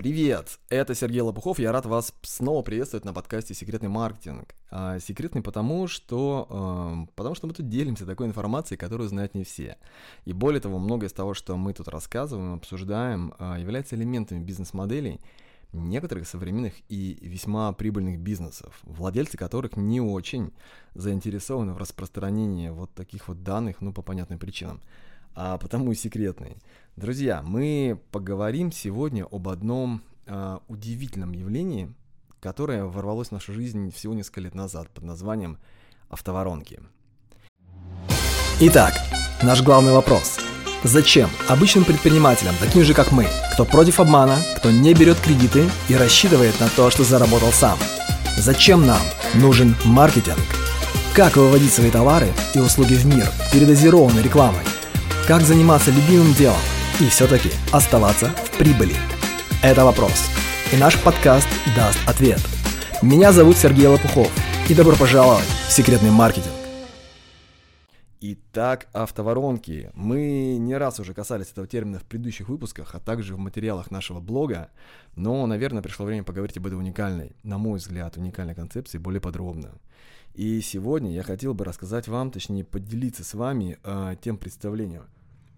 Привет, это Сергей Лопухов, я рад вас снова приветствовать на подкасте «Секретный маркетинг». Секретный потому что мы тут делимся такой информацией, которую знают не все. И более того, многое из того, что мы тут рассказываем, обсуждаем, является элементами бизнес-моделей некоторых современных и весьма прибыльных бизнесов, владельцы которых не очень заинтересованы в распространении вот таких вот данных, по понятным причинам. А потому и секретный. Друзья, мы поговорим сегодня об одном удивительном явлении, которое ворвалось в нашу жизнь всего несколько лет назад под названием автоворонки. Итак, наш главный вопрос. Зачем обычным предпринимателям, таким же как мы, кто против обмана, кто не берет кредиты и рассчитывает на то, что заработал сам? Зачем нам нужен маркетинг? Как выводить свои товары и услуги в мир передозированной рекламой? Как заниматься любимым делом и все-таки оставаться в прибыли? Это вопрос. И наш подкаст даст ответ. Меня зовут Сергей Лопухов. И добро пожаловать в секретный маркетинг. Итак, автоворонки. Мы не раз уже касались этого термина в предыдущих выпусках, а также в материалах нашего блога. Но, наверное, пришло время поговорить об этой уникальной, на мой взгляд, уникальной концепции более подробно. И сегодня я хотел бы рассказать вам, точнее поделиться с вами тем представлением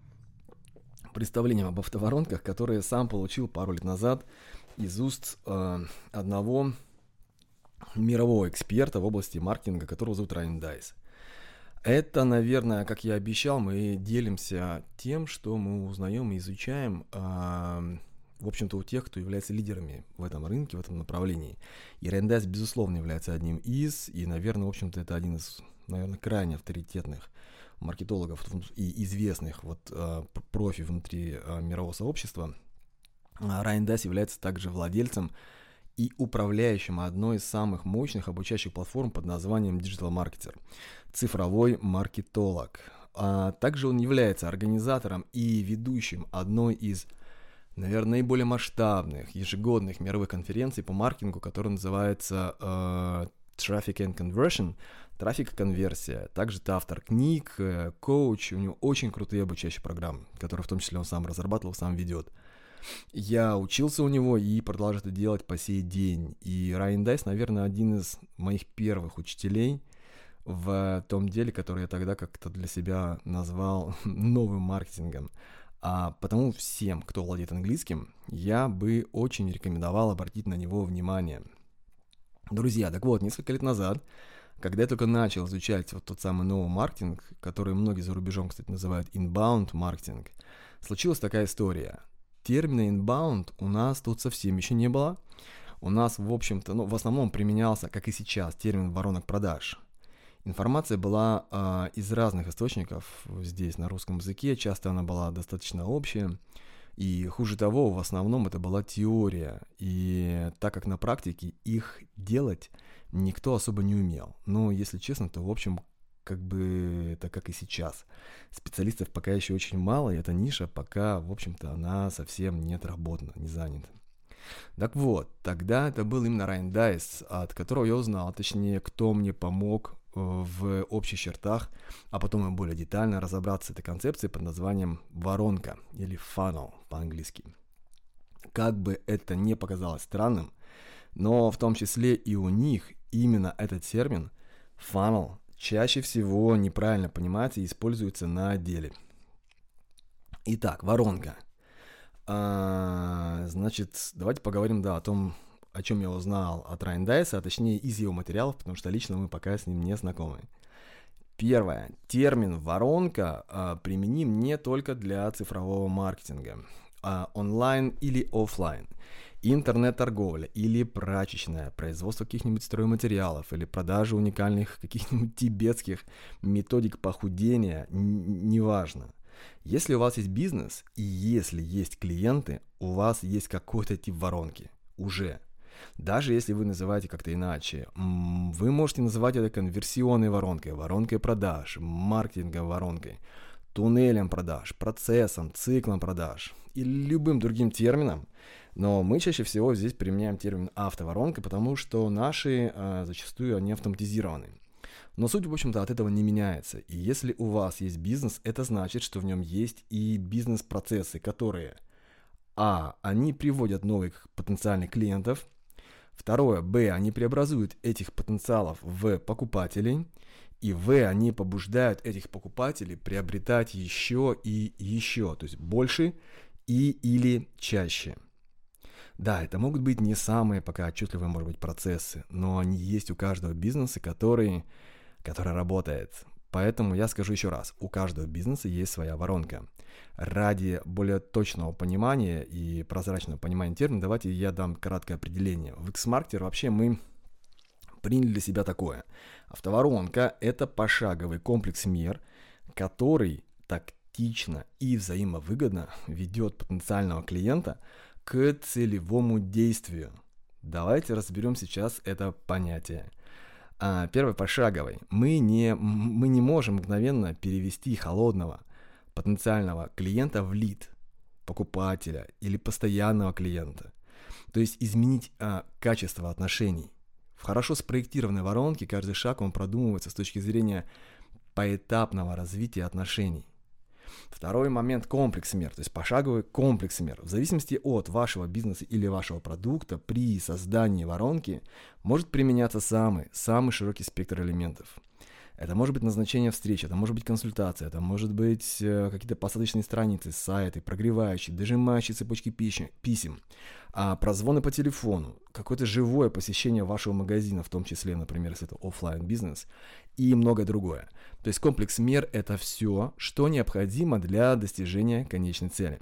об автоворонках, которое сам получил пару лет назад из уст одного мирового эксперта в области маркетинга, которого зовут Райан Дайс. Это, наверное, как я обещал, мы делимся тем, что мы узнаем и изучаем, в общем-то, у тех, кто является лидерами в этом рынке, в этом направлении. И Райан Дайс, безусловно, является одним из, и, наверное, в общем-то, это один из, наверное, крайне авторитетных маркетологов и известных профи внутри мирового сообщества. Райан Дайс является также владельцем и управляющим одной из самых мощных обучающих платформ под названием Digital Marketer, цифровой маркетолог. Также он является организатором и ведущим одной из, наверное, наиболее масштабных ежегодных мировых конференций по маркетингу, которая называется Traffic and Conversion, трафик и конверсия. Также ты автор книг, коуч, у него очень крутые обучающие программы, которые в том числе он сам разрабатывал, сам ведет. Я учился у него и продолжаю это делать по сей день. И Райан Дайс, наверное, один из моих первых учителей в том деле, которое я тогда как-то для себя назвал новым маркетингом. Потому всем, кто владеет английским, я бы очень рекомендовал обратить на него внимание. Друзья, так вот, несколько лет назад, когда я только начал изучать вот тот самый новый маркетинг, который многие за рубежом, кстати, называют inbound маркетинг, случилась такая история. Термина inbound у нас тут совсем еще не было. У нас, в общем-то, в основном применялся, как и сейчас, термин воронок продаж. Информация была из разных источников здесь на русском языке, часто она была достаточно общая. И хуже того, в основном это была теория, и так как на практике их делать никто особо не умел. Но, если честно, то, в общем, это как и сейчас. Специалистов пока еще очень мало, и эта ниша пока, в общем-то, она совсем не отработана, не занята. Так вот, тогда это был именно Райан Дайс, от которого я узнал, точнее, кто мне помог в общих чертах, а потом и более детально разобраться с этой концепцией под названием воронка или funnel по-английски. Как бы это ни показалось странным, но в том числе и у них именно этот термин funnel чаще всего неправильно понимается и используется на деле. Итак, воронка. Значит, давайте поговорим, о том, о чем я узнал от Райана Дайса, а точнее из его материалов, потому что лично мы пока с ним не знакомы. Первое. Термин воронка применим не только для цифрового маркетинга, онлайн или офлайн, интернет-торговля или прачечная, производство каких-нибудь стройматериалов или продажа уникальных каких-нибудь тибетских методик похудения, неважно. Если у вас есть бизнес и если есть клиенты, у вас есть какой-то тип воронки уже. Даже если вы называете как-то иначе, вы можете называть это конверсионной воронкой, воронкой продаж, маркетинговой воронкой, туннелем продаж, процессом, циклом продаж или любым другим термином. Но мы чаще всего здесь применяем термин автоворонка, потому что наши зачастую они автоматизированы. Но суть, в общем-то, от этого не меняется. И если у вас есть бизнес, это значит, что в нем есть и бизнес-процессы, которые Они приводят новых потенциальных клиентов. Второе, Б, они преобразуют этих потенциалов в покупателей. И В, они побуждают этих покупателей приобретать еще и еще, то есть больше и или чаще. Да, это могут быть не самые пока отчетливые, может быть, процессы, но они есть у каждого бизнеса, который работает. Поэтому я скажу еще раз, у каждого бизнеса есть своя воронка. Ради более точного понимания и прозрачного понимания термина, давайте я дам краткое определение. В X-Marketer вообще мы приняли для себя такое. Автоворонка – это пошаговый комплекс мер, который тактично и взаимовыгодно ведет потенциального клиента к целевому действию. Давайте разберем сейчас это понятие. Первый, пошаговый. Мы не можем мгновенно перевести холодного потенциального клиента в лид, покупателя или постоянного клиента. То есть изменить качество отношений. В хорошо спроектированной воронке каждый шаг он продумывается с точки зрения поэтапного развития отношений. Второй момент – комплекс мер, то есть пошаговый комплекс мер. В зависимости от вашего бизнеса или вашего продукта при создании воронки может применяться самый широкий спектр элементов. Это может быть назначение встреч, это может быть консультация, это может быть какие-то посадочные страницы, сайты, прогревающие, дожимающие цепочки писем, прозвоны по телефону, какое-то живое посещение вашего магазина, в том числе, например, если это офлайн бизнес, и многое другое. То есть комплекс мер – это все, что необходимо для достижения конечной цели.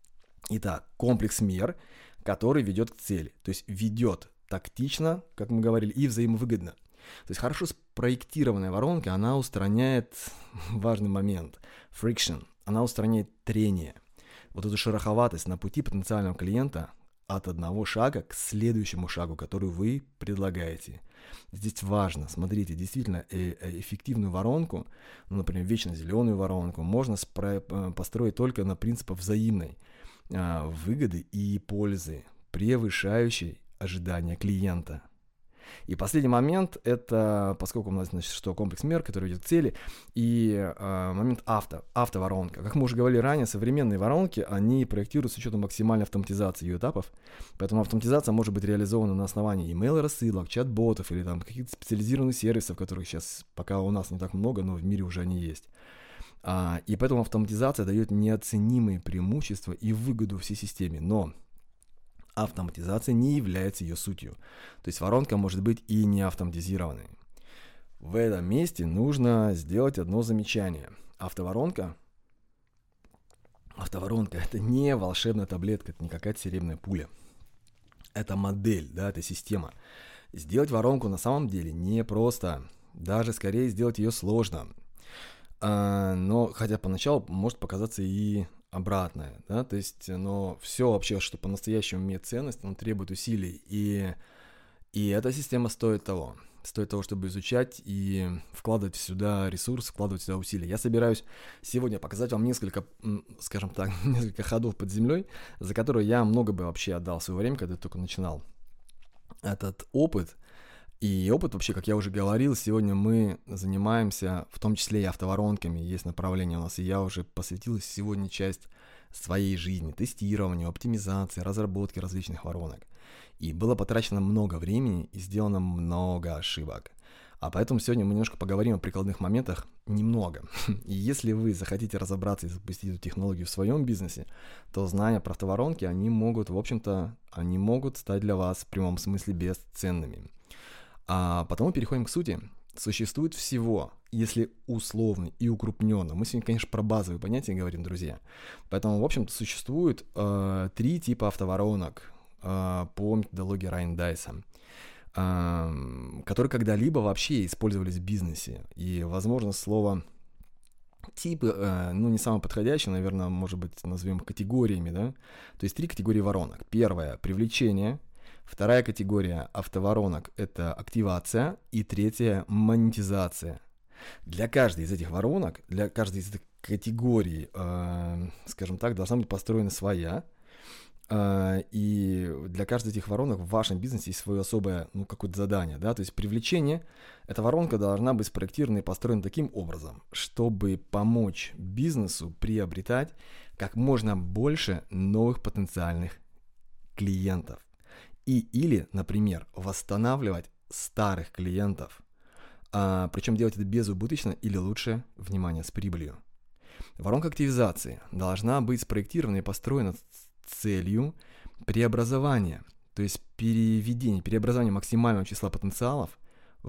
Итак, комплекс мер, который ведет к цели, то есть ведет тактично, как мы говорили, и взаимовыгодно. То есть хорошо спроектированная воронка, она устраняет важный момент – friction, она устраняет трение. Вот эту шероховатость на пути потенциального клиента от одного шага к следующему шагу, который вы предлагаете. Здесь важно, смотрите, действительно эффективную воронку, например, вечно зеленую воронку, можно построить только на принципах взаимной выгоды и пользы, превышающей ожидания клиента. И последний момент – это, поскольку у нас, значит, что комплекс мер, который ведет к цели, и момент автоворонка. Как мы уже говорили ранее, современные воронки, они проектируют с учетом максимальной автоматизации ее этапов, поэтому автоматизация может быть реализована на основании email-рассылок, чат-ботов или там каких-то специализированных сервисов, которых сейчас пока у нас не так много, но в мире уже они есть. И поэтому автоматизация дает неоценимые преимущества и выгоду всей системе, но автоматизация не является ее сутью. То есть воронка может быть и не автоматизированной. В этом месте нужно сделать одно замечание. Автоворонка – это не волшебная таблетка, это не какая-то серебряная пуля. Это модель, да, это система. Сделать воронку на самом деле непросто. Даже скорее сделать ее сложно. Но хотя поначалу может показаться и обратное, да, то есть, но все вообще, что по-настоящему имеет ценность, оно требует усилий, и эта система стоит того, чтобы изучать и вкладывать сюда ресурс, вкладывать сюда усилия. Я собираюсь сегодня показать вам несколько, скажем так, несколько ходов под землей, за которые я много бы вообще отдал в свое время, когда я только начинал этот опыт. И опыт вообще, как я уже говорил, сегодня мы занимаемся в том числе и автоворонками, есть направление у нас, и я уже посвятил сегодня часть своей жизни тестированию, оптимизации, разработке различных воронок. И было потрачено много времени и сделано много ошибок. А поэтому сегодня мы немножко поговорим о прикладных моментах немного. И если вы захотите разобраться и запустить эту технологию в своем бизнесе, то знания про автоворонки, они могут стать для вас в прямом смысле бесценными. А потому переходим к сути. Существует всего, если условно и укрупненно. Мы сегодня, конечно, про базовые понятия говорим, друзья. Поэтому, в общем-то, существует 3 типа автоворонок по методологии Райан Дайса, которые когда-либо вообще использовались в бизнесе. И, возможно, слово типы, не самое подходящее, наверное, может быть, назовем категориями, да? То есть 3 категории воронок. Первая – привлечение. Вторая категория автоворонок – это активация, и третья – монетизация. Для каждой из этих воронок, для каждой из этих категорий, скажем так, должна быть построена своя, и для каждой из этих воронок в вашем бизнесе есть свое особое, какое-то задание, да, то есть привлечение, эта воронка должна быть спроектирована и построена таким образом, чтобы помочь бизнесу приобретать как можно больше новых потенциальных клиентов. Или, например, восстанавливать старых клиентов. Причем делать это безубыточно или лучше, внимание, с прибылью. Воронка активизации должна быть спроектирована и построена с целью преобразования, то есть преобразования максимального числа потенциалов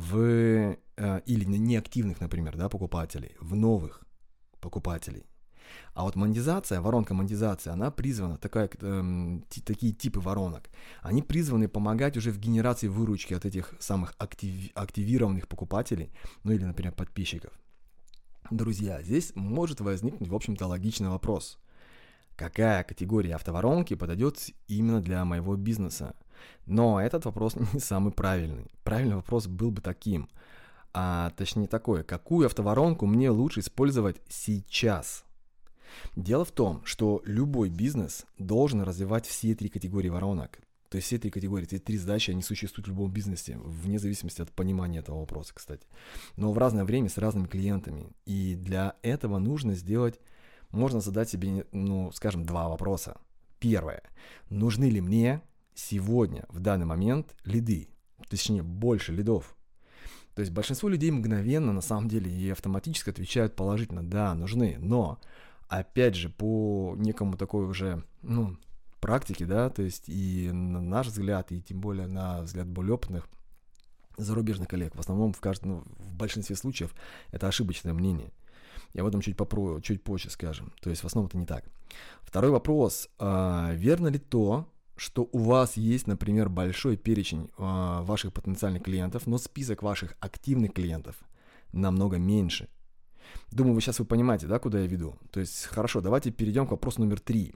или неактивных, например, покупателей, в новых покупателей. А вот монетизация, воронка монетизации, она призвана, такие типы воронок, они призваны помогать уже в генерации выручки от этих самых активированных покупателей, или, например, подписчиков. Друзья, здесь может возникнуть, в общем-то, логичный вопрос. Какая категория автоворонки подойдет именно для моего бизнеса? Но этот вопрос не самый правильный. Правильный вопрос был бы таким, точнее такой, какую автоворонку мне лучше использовать сейчас? Дело в том, что любой бизнес должен развивать все 3 категории воронок. То есть все 3 категории, эти 3 задачи, они существуют в любом бизнесе, вне зависимости от понимания этого вопроса, кстати. Но в разное время с разными клиентами. И для этого можно задать себе, скажем, 2 вопроса. Первое. Нужны ли мне сегодня, в данный момент, лиды? Точнее, больше лидов. То есть большинство людей мгновенно, на самом деле, и автоматически отвечают положительно. Да, нужны, но... Опять же, по некому такой уже, практике, то есть и на наш взгляд, и тем более на взгляд более опытных зарубежных коллег, в основном в большинстве случаев это ошибочное мнение. Я об этом чуть позже скажем. То есть в основном это не так. Второй вопрос. Верно ли то, что у вас есть, например, большой перечень ваших потенциальных клиентов, но список ваших активных клиентов намного меньше? Думаю, вы понимаете, куда я веду. То есть, хорошо, давайте перейдем к вопросу номер 3.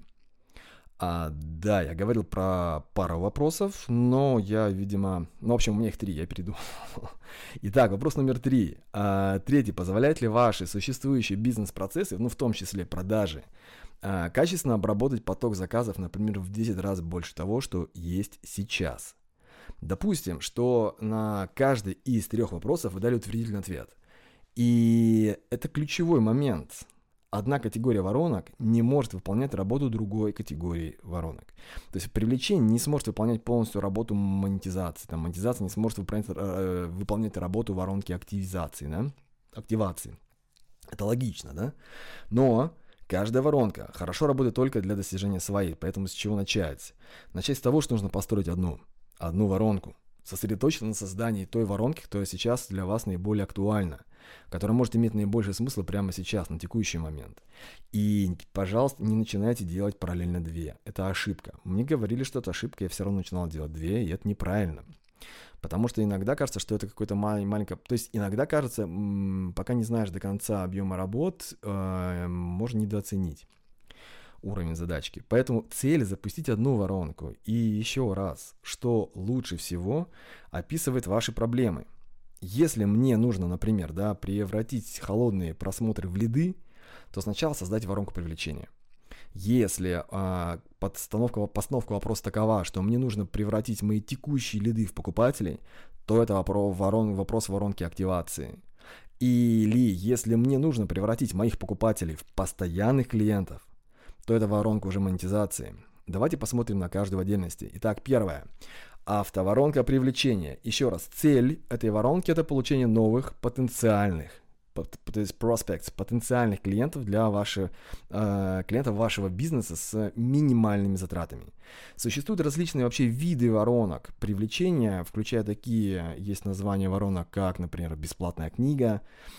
Да, я говорил про пару вопросов, но я, видимо... в общем, у меня их 3, я перейду. Итак, вопрос номер 3. Третий. Позволяет ли ваши существующие бизнес-процессы, в том числе продажи, качественно обработать поток заказов, например, в 10 раз больше того, что есть сейчас? Допустим, что на каждый из 3 вопросов вы дали утвердительный ответ. И это ключевой момент. Одна категория воронок не может выполнять работу другой категории воронок. То есть привлечение не сможет выполнять полностью работу монетизации. Монетизация не сможет выполнять работу воронки активации. Это логично, да? Но каждая воронка хорошо работает только для достижения своей. Поэтому с чего начать? Начать с того, что нужно построить одну воронку. Сосредоточиться на создании той воронки, которая сейчас для вас наиболее актуальна, которая может иметь наибольший смысл прямо сейчас, на текущий момент. И, пожалуйста, не начинайте делать параллельно 2. Это ошибка. Мне говорили, что это ошибка, я все равно начинал делать 2, и это неправильно. Потому что иногда кажется, что это какое-то маленькое... То есть иногда кажется, пока не знаешь до конца объема работ, можно недооценить уровень задачки. Поэтому цель запустить одну воронку. И еще раз, что лучше всего описывает ваши проблемы. Если мне нужно, например, превратить холодные просмотры в лиды, то сначала создать воронку привлечения. Если постановка вопроса такова, что мне нужно превратить мои текущие лиды в покупателей, то это вопрос воронки активации. Или если мне нужно превратить моих покупателей в постоянных клиентов, то это воронка уже монетизации. Давайте посмотрим на каждую в отдельности. Итак, первое. Автоворонка привлечения. Еще раз, цель этой воронки – это получение новых потенциальных, то есть prospects, потенциальных клиентов для клиентов вашего бизнеса с минимальными затратами. Существуют различные вообще виды воронок привлечения, включая такие, есть названия воронок, как, например, бесплатная книга,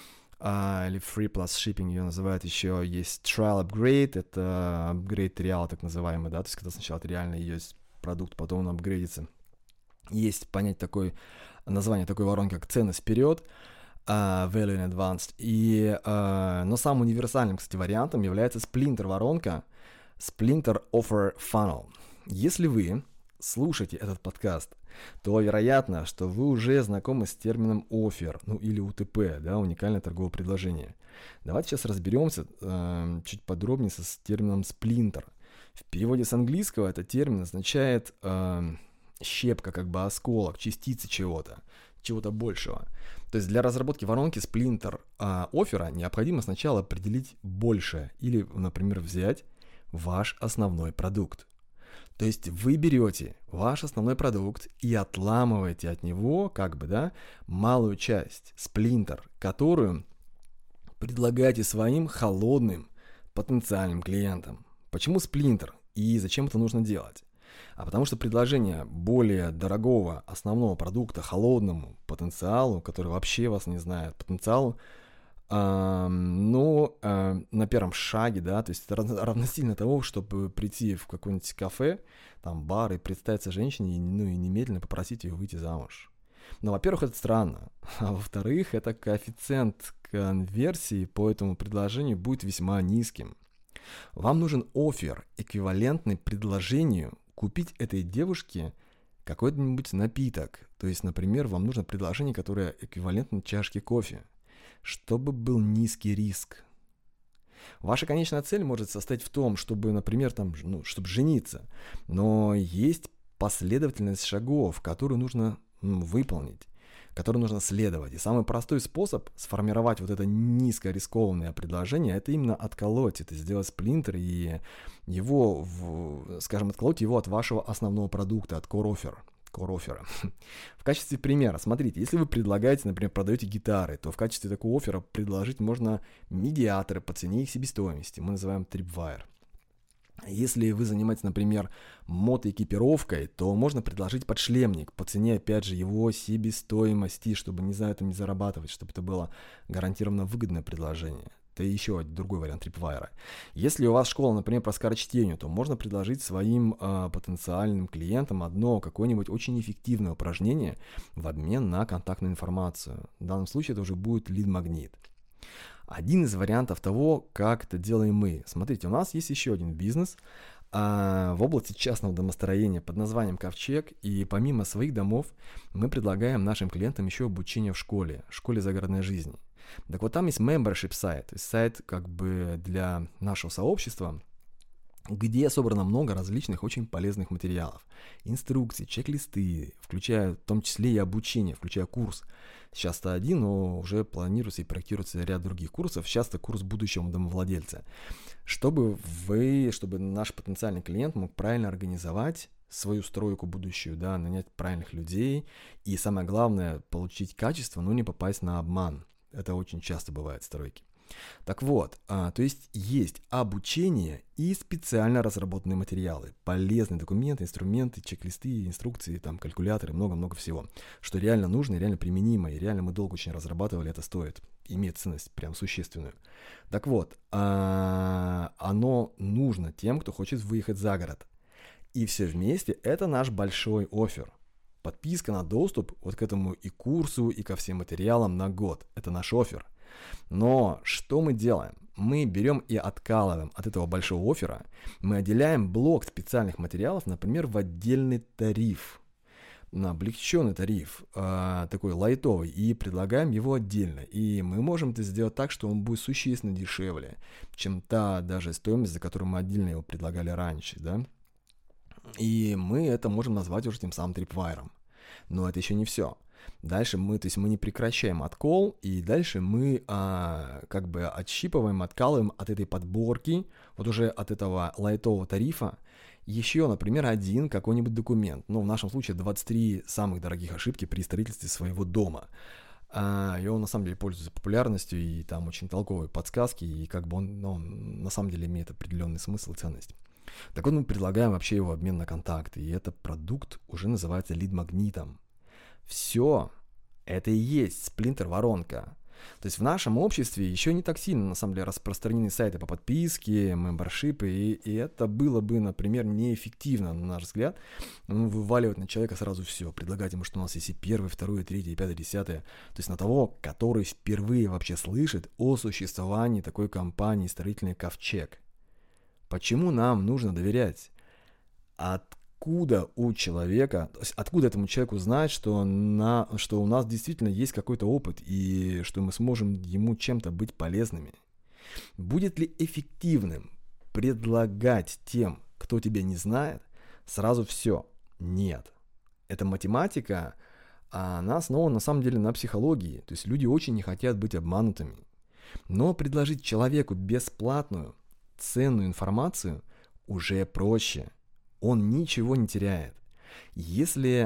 или Free Plus Shipping ее называют еще, есть Trial Upgrade, это апгрейд триала так называемый, то есть когда сначала реально есть продукт, потом он апгрейдится. Есть название такой воронки, как ценность вперед, Value in Advanced, но самым универсальным, кстати, вариантом является Splinter воронка, Splinter Offer Funnel. Если вы слушаете этот подкаст, то вероятно, что вы уже знакомы с термином offer, или УТП, уникальное торговое предложение. Давайте сейчас разберемся чуть подробнее с термином splinter. В переводе с английского этот термин означает щепка, осколок, частица чего-то большего. То есть для разработки воронки splinter оффера необходимо сначала определить большее или, например, взять ваш основной продукт. То есть вы берете ваш основной продукт и отламываете от него, малую часть, сплинтер, которую предлагаете своим холодным потенциальным клиентам. Почему сплинтер и зачем это нужно делать? А потому что предложение более дорогого основного продукта холодному потенциалу, который вообще вас не знает, потенциалу, на первом шаге, то есть это равносильно того, чтобы прийти в какое-нибудь кафе, бар, и представиться женщине, и немедленно попросить ее выйти замуж. Но, во-первых, это странно, а во-вторых, это коэффициент конверсии по этому предложению будет весьма низким. Вам нужен оффер, эквивалентный предложению купить этой девушке какой-нибудь напиток. То есть, например, вам нужно предложение, которое эквивалентно чашке кофе, чтобы был низкий риск. Ваша конечная цель может состоять в том, чтобы, например, чтобы жениться, но есть последовательность шагов, которую нужно выполнить, которой нужно следовать. И самый простой способ сформировать вот это низкорискованное предложение, это именно отколоть, это сделать сплинтер и его, отколоть его от вашего основного продукта, от core offer. В качестве примера, смотрите, если вы предлагаете, например, продаете гитары, то в качестве такого оффера предложить можно медиаторы по цене их себестоимости, мы называем tripwire. Если вы занимаетесь, например, мотоэкипировкой, то можно предложить подшлемник по цене, опять же, его себестоимости, чтобы не зарабатывать, чтобы это было гарантированно выгодное предложение. Это еще другой вариант трипвайра. Если у вас школа, например, по скорочтению, то можно предложить своим потенциальным клиентам одно какое-нибудь очень эффективное упражнение в обмен на контактную информацию. В данном случае это уже будет лид-магнит. Один из вариантов того, как это делаем мы. Смотрите, у нас есть еще один бизнес в области частного домостроения под названием «Ковчег», и помимо своих домов мы предлагаем нашим клиентам еще обучение в школе загородной жизни. Так вот, там есть membership сайт, то есть сайт для нашего сообщества, где собрано много различных очень полезных материалов, инструкций, чек-листы, включая в том числе и обучение, включая курс. Сейчас-то один, но уже планируется и проектируется ряд других курсов. Сейчас это курс будущего домовладельца. Чтобы наш потенциальный клиент мог правильно организовать свою стройку будущую, нанять правильных людей и, самое главное, получить качество, но не попасть на обман. Это очень часто бывает в стройке. Так вот, то есть обучение и специально разработанные материалы, полезные документы, инструменты, чек-листы, инструкции, калькуляторы, много-много всего, что реально нужно и реально применимо, и реально мы долго очень разрабатывали, это стоит, имеет ценность прям существенную. Так вот, оно нужно тем, кто хочет выехать за город. И все вместе это наш большой оффер. Подписка на доступ вот к этому и курсу, и ко всем материалам на год. Это наш оффер. Но что мы делаем? Мы берем и откалываем от этого большого оффера, мы отделяем блок специальных материалов, например, в отдельный тариф, на облегченный тариф, такой лайтовый, и предлагаем его отдельно. И мы можем это сделать так, что он будет существенно дешевле, чем та даже стоимость, за которую мы отдельно его предлагали раньше, И мы это можем назвать уже тем самым трипвайром. Но это еще не все. Дальше мы не прекращаем откол, и дальше мы отщипываем, откалываем от этой подборки, вот уже от этого лайтового тарифа, еще, например, один какой-нибудь документ. В нашем случае 23 самых дорогих ошибки при строительстве своего дома. И он на самом деле пользуется популярностью, и там очень толковые подсказки, и он на самом деле имеет определенный смысл и ценность. Так вот, мы предлагаем вообще его обмен на контакты, и этот продукт уже называется лид-магнитом. Все это и есть сплинтер-воронка. То есть в нашем обществе еще не так сильно, на самом деле, распространены сайты по подписке, мембершипы, и это было бы, например, неэффективно, на наш взгляд, вываливать на человека сразу все, предлагать ему, что у нас есть и первое, второе, третье, пятое, десятое, то есть на того, который впервые вообще слышит о существовании такой компании строительный Ковчег. Почему нам нужно доверять? Откуда у человека, то есть откуда этому человеку знать, что у нас действительно есть какой-то опыт и что мы сможем ему чем-то быть полезными? Будет ли эффективным предлагать тем, кто тебя не знает, сразу все? Нет. Эта математика, она основана на самом деле на психологии, то есть люди очень не хотят быть обманутыми. Но предложить человеку бесплатную, ценную информацию уже проще. Он ничего не теряет. Если,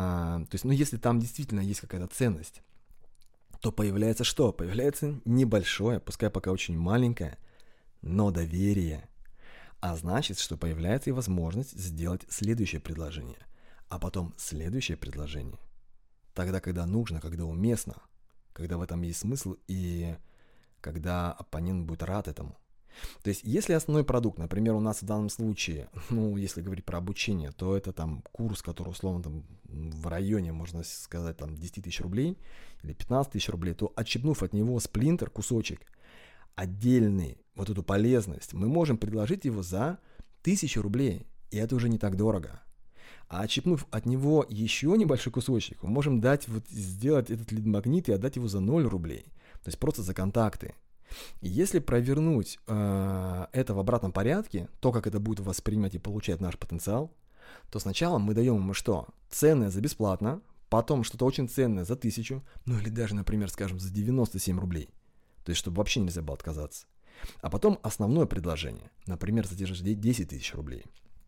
если там действительно есть какая-то ценность, то появляется что? Появляется небольшое, пускай пока очень маленькое, но доверие. А значит, что появляется и возможность сделать следующее предложение, а потом следующее предложение. Тогда, когда нужно, когда уместно, когда в этом есть смысл и когда оппонент будет рад этому. То есть, если основной продукт, например, у нас в данном случае, если говорить про обучение, то это там курс, который условно там в районе, можно сказать, там 10 тысяч рублей или 15 тысяч рублей, то отщипнув от него сплинтер, кусочек, отдельный, вот эту полезность, мы можем предложить его за 1000 рублей, и это уже не так дорого. А отщипнув от него еще небольшой кусочек, мы можем сделать этот лид-магнит и отдать его за 0 рублей, то есть просто за контакты. И если провернуть это в обратном порядке, то, как это будет воспринимать и получать наш потенциал, то сначала мы даем ему что? Ценное за бесплатно, потом что-то очень ценное за 1000, или даже, например, скажем, за 97 рублей. То есть, чтобы вообще нельзя было отказаться. А потом основное предложение, например, за те же 10 тысяч рублей.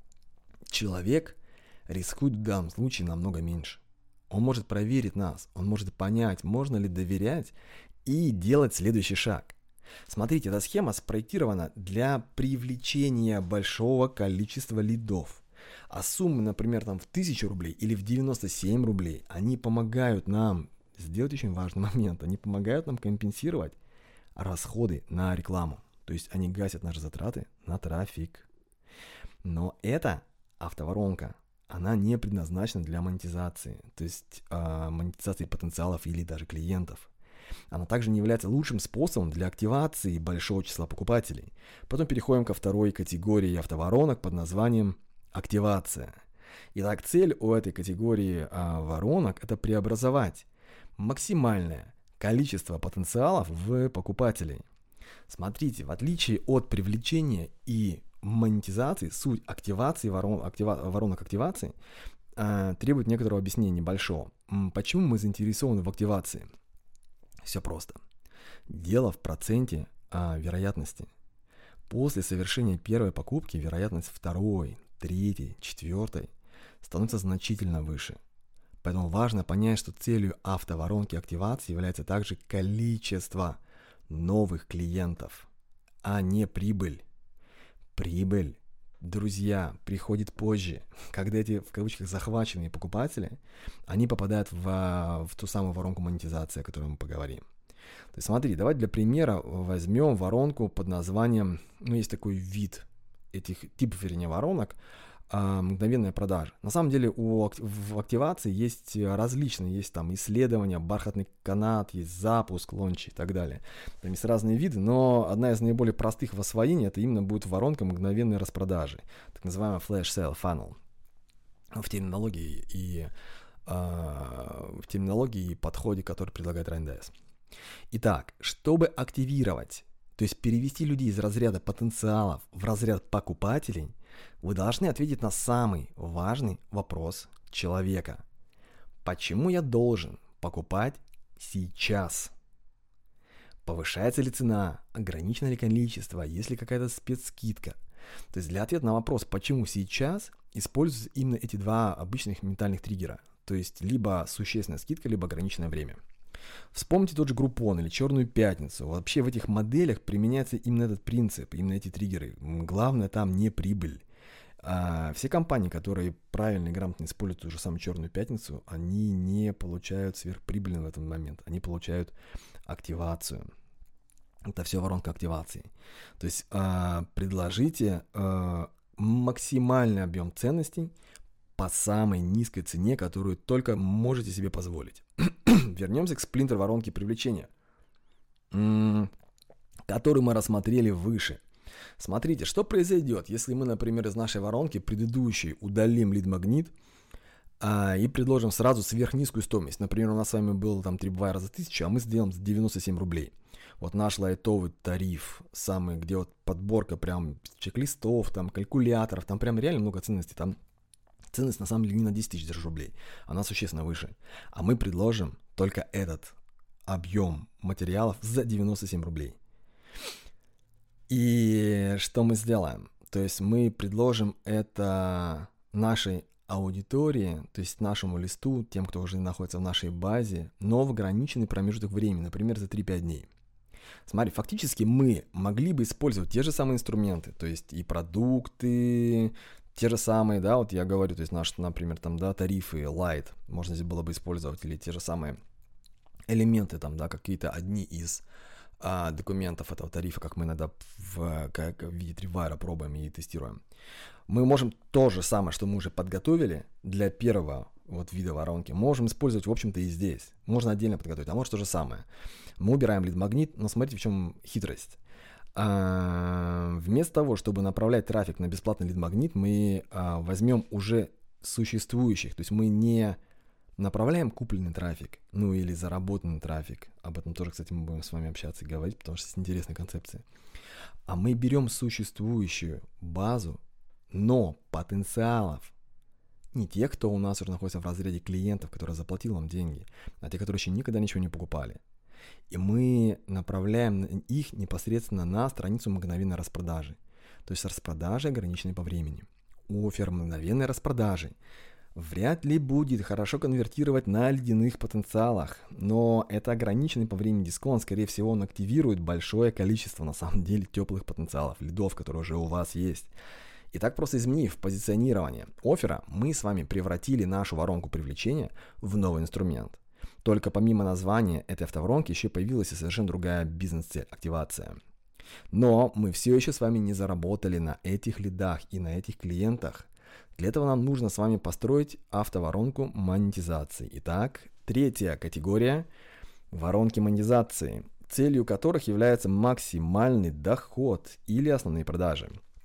Человек рискует в данном случае намного меньше. Он может проверить нас, он может понять, можно ли доверять и делать следующий шаг. Смотрите, эта схема спроектирована для привлечения большого количества лидов. А суммы, например, там в 1000 рублей или в 97 рублей, они помогают нам сделать очень важный момент. Они помогают нам компенсировать расходы на рекламу. То есть они гасят наши затраты на трафик. Но эта автоворонка, она не предназначена для монетизации. То есть монетизации потенциалов или даже клиентов. Она также не является лучшим способом для активации большого числа покупателей. Потом переходим ко второй категории автоворонок под названием активация. Итак, цель у этой категории воронок – это преобразовать максимальное количество потенциалов в покупателей. Смотрите, в отличие от привлечения и монетизации, суть активации воронок активации требует некоторого объяснения небольшого. Почему мы заинтересованы в активации? Все просто. Дело в проценте вероятности. После совершения первой покупки вероятность второй, третьей, четвертой становится значительно выше. Поэтому важно понять, что целью автоворонки активации является также количество новых клиентов, а не прибыль. Прибыль, друзья, приходит позже, когда эти, в кавычках, захваченные покупатели, они попадают в ту самую воронку монетизации, о которой мы поговорим. То есть смотри, давайте для примера возьмем воронку под названием, есть такой вид типов воронок, мгновенная продажа. На самом деле в активации есть различные, есть там исследования, бархатный канат, есть запуск, лонч и так далее. Там есть разные виды, но одна из наиболее простых в освоении это именно будет воронка мгновенной распродажи, так называемая flash sale funnel в терминологии и подходе, который предлагает Ryan Dias. Итак, чтобы активировать, то есть перевести людей из разряда потенциалов в разряд покупателей, вы должны ответить на самый важный вопрос человека. Почему я должен покупать сейчас? Повышается ли цена? Ограничено ли количество? Есть ли какая-то спецскидка? То есть для ответа на вопрос «почему сейчас» используются именно эти два обычных ментальных триггера. То есть либо существенная скидка, либо ограниченное время. Вспомните тот же Groupon или Черную пятницу. Вообще в этих моделях применяется именно этот принцип, именно эти триггеры. Главное там не прибыль. Все компании, которые правильно и грамотно используют ту же самую Черную пятницу, они не получают сверхприбыли в этот момент. Они получают активацию. Это все воронка активации. То есть предложите максимальный объем ценностей по самой низкой цене, которую только можете себе позволить. Вернемся к сплинтер воронке привлечения, которую мы рассмотрели выше. Смотрите, что произойдет, если мы, например, из нашей воронки предыдущей удалим лид-магнит и предложим сразу сверхнизкую стоимость. Например, у нас с вами был там трипвайр за 1000, а мы сделаем за 97 рублей. Вот наш лайтовый тариф, самый, где вот подборка прям чек-листов, там калькуляторов, там прям реально много ценностей, там ценность на самом деле не на 10 тысяч рублей, она существенно выше. А мы предложим только этот объем материалов за 97 рублей. И что мы сделаем? То есть мы предложим это нашей аудитории, то есть нашему листу, тем, кто уже находится в нашей базе, но в ограниченный промежуток времени, например, за 3-5 дней. Смотри, фактически мы могли бы использовать те же самые инструменты, то есть и продукты, те же самые, да, вот я говорю, то есть наши, например, там, да, тарифы, Light, можно здесь было бы использовать, или те же самые элементы, там, да, какие-то одни из документов этого тарифа, как мы иногда в виде Tripwire пробуем и тестируем. Мы можем то же самое, что мы уже подготовили для первого вот вида воронки, можем использовать, в общем-то, и здесь. Можно отдельно подготовить, а может то же самое. Мы убираем лид-магнит, но смотрите, в чем хитрость. Вместо того, чтобы направлять трафик на бесплатный лид-магнит, мы возьмем уже существующих, то есть мы не направляем купленный трафик, ну или заработанный трафик. Об этом тоже, кстати, мы будем с вами общаться и говорить, потому что это интересная концепция. А мы берем существующую базу, но потенциалов. Не тех, кто у нас уже находится в разряде клиентов, которые заплатил нам деньги, а те, которые еще никогда ничего не покупали. И мы направляем их непосредственно на страницу мгновенной распродажи. То есть распродажи ограниченной по времени. Оффер мгновенной распродажи вряд ли будет хорошо конвертировать на ледяных потенциалах, но это ограниченный по времени дисконт, скорее всего, он активирует большое количество, на самом деле, теплых потенциалов, лидов, которые уже у вас есть. И так просто изменив позиционирование оффера, мы с вами превратили нашу воронку привлечения в новый инструмент. Только помимо названия этой автоворонки еще появилась и совершенно другая бизнес-цель – активация. Но мы все еще с вами не заработали на этих лидах и на этих клиентах. Для этого нам нужно с вами построить автоворонку монетизации. Итак, третья категория – воронки монетизации, целью которых является максимальный доход или основные продажи.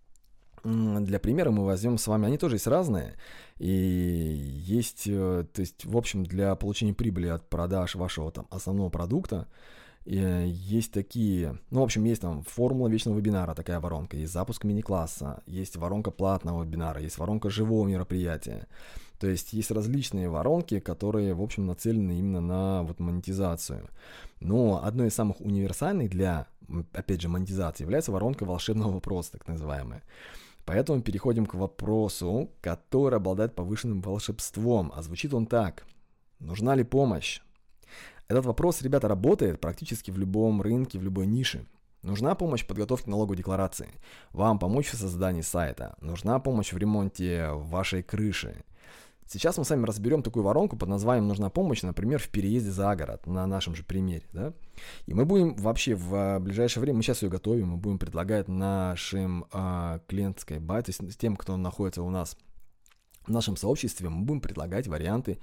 Для примера мы возьмем с вами, они тоже есть разные, и есть, то есть, в общем, для получения прибыли от продаж вашего там основного продукта, есть такие, ну, в общем, есть там формула вечного вебинара, такая воронка, есть запуск мини-класса, есть воронка платного вебинара, есть воронка живого мероприятия. То есть есть различные воронки, которые, в общем, нацелены именно на вот монетизацию. Но одной из самых универсальных для, опять же, монетизации является воронка волшебного вопроса, так называемая. Поэтому переходим к вопросу, который обладает повышенным волшебством. А звучит он так. Нужна ли помощь? Этот вопрос, ребята, работает практически в любом рынке, в любой нише. Нужна помощь в подготовке налоговой декларации? Вам помочь в создании сайта? Нужна помощь в ремонте вашей крыши? Сейчас мы с вами разберем такую воронку под названием «Нужна помощь», например, в переезде за город, на нашем же примере. Да? И мы будем вообще в ближайшее время, мы сейчас ее готовим, мы будем предлагать нашим клиентской базе, то есть тем, кто находится у нас в нашем сообществе, мы будем предлагать варианты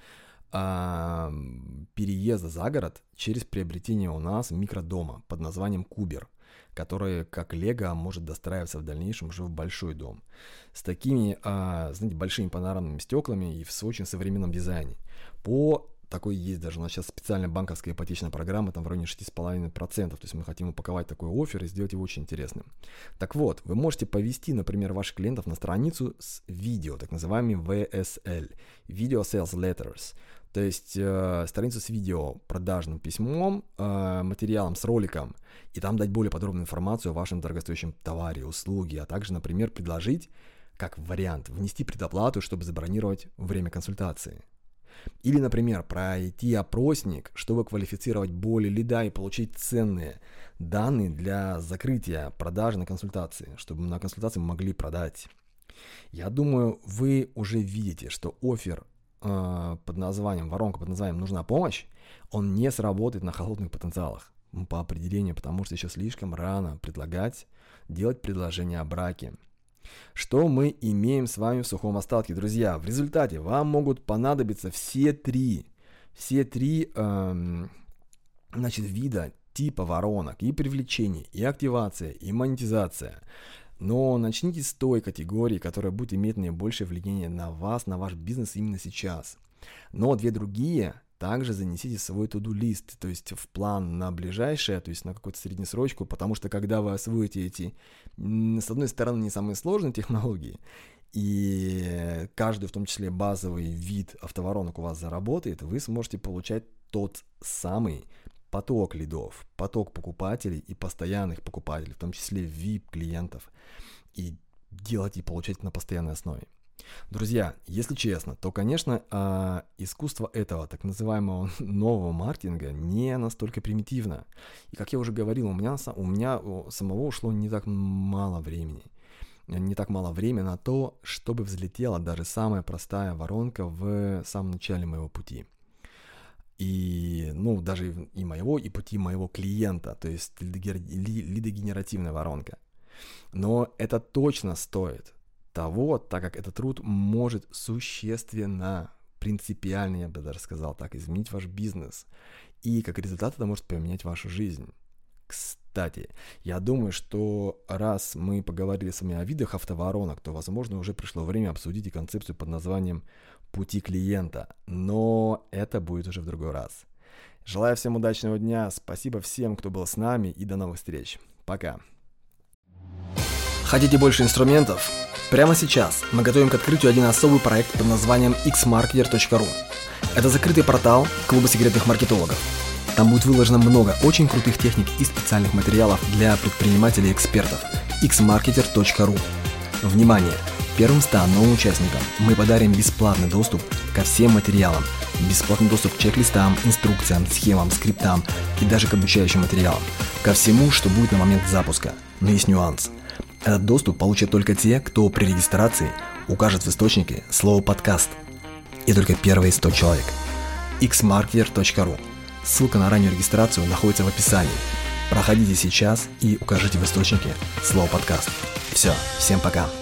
переезда за город через приобретение у нас микродома под названием Кубер, который, как Лего, может достраиваться в дальнейшем уже в большой дом. С такими, знаете, большими панорамными стеклами и в очень современном дизайне. По такой есть даже у нас сейчас специальная банковская ипотечная программа, там в районе 6,5%. То есть мы хотим упаковать такой оффер и сделать его очень интересным. Так вот, вы можете повести, например, ваших клиентов на страницу с видео, так называемый VSL, Video Sales Letters. То есть страницу с видео, продажным письмом, материалом с роликом, и там дать более подробную информацию о вашем дорогостоящем товаре, услуге, а также, например, предложить, как вариант, внести предоплату, чтобы забронировать время консультации. Или, например, пройти опросник, чтобы квалифицировать более лида и получить ценные данные для закрытия продажи на консультации, чтобы на консультации мы могли продать. Я думаю, вы уже видите, что оффер под названием, воронка под названием «Нужна помощь», он не сработает на холодных потенциалах по определению, потому что еще слишком рано делать предложение о браке. Что мы имеем с вами в сухом остатке, друзья? В результате вам могут понадобиться все три вида типа воронок: и привлечение, и активация, и монетизация. Но начните с той категории, которая будет иметь наибольшее влияние на вас, на ваш бизнес именно сейчас. Но две другие также занесите в свой to-do-лист, то есть в план на ближайшее, то есть на какую-то среднесрочку, потому что когда вы освоите эти, с одной стороны, не самые сложные технологии, и каждый, в том числе базовый вид автоворонок у вас заработает, вы сможете получать тот самый поток лидов, поток покупателей и постоянных покупателей, в том числе VIP-клиентов. И делать и получать на постоянной основе. Друзья, если честно, то, конечно, искусство этого так называемого нового маркетинга не настолько примитивно. И, как я уже говорил, у меня самого ушло не так мало времени на то, чтобы взлетела даже самая простая воронка в самом начале моего пути. И, даже и моего, и пути моего клиента, то есть лидогенеративная воронка. Но это точно стоит того, так как этот труд может существенно, принципиально, я бы даже сказал так, изменить ваш бизнес. И как результат это может поменять вашу жизнь. Кстати, я думаю, что раз мы поговорили с вами о видах автоворонок, то, возможно, уже пришло время обсудить и концепцию под названием «Пути клиента». Но это будет уже в другой раз. Желаю всем удачного дня, спасибо всем, кто был с нами, и до новых встреч. Пока. Хотите больше инструментов? Прямо сейчас мы готовим к открытию один особый проект под названием xmarketer.ru. Это закрытый портал клуба секретных маркетологов. Там будет выложено много очень крутых техник и специальных материалов для предпринимателей и экспертов. xmarketer.ru. Внимание! Первым 100 новым участникам мы подарим бесплатный доступ ко всем материалам, бесплатный доступ к чек-листам, инструкциям, схемам, скриптам и даже к обучающим материалам, ко всему, что будет на момент запуска. Но есть нюанс. Этот доступ получат только те, кто при регистрации укажет в источнике слово «подкаст». И только первые 100 человек. xmarketer.ru. Ссылка на раннюю регистрацию находится в описании. Проходите сейчас и укажите в источнике слово «подкаст». Все, всем пока.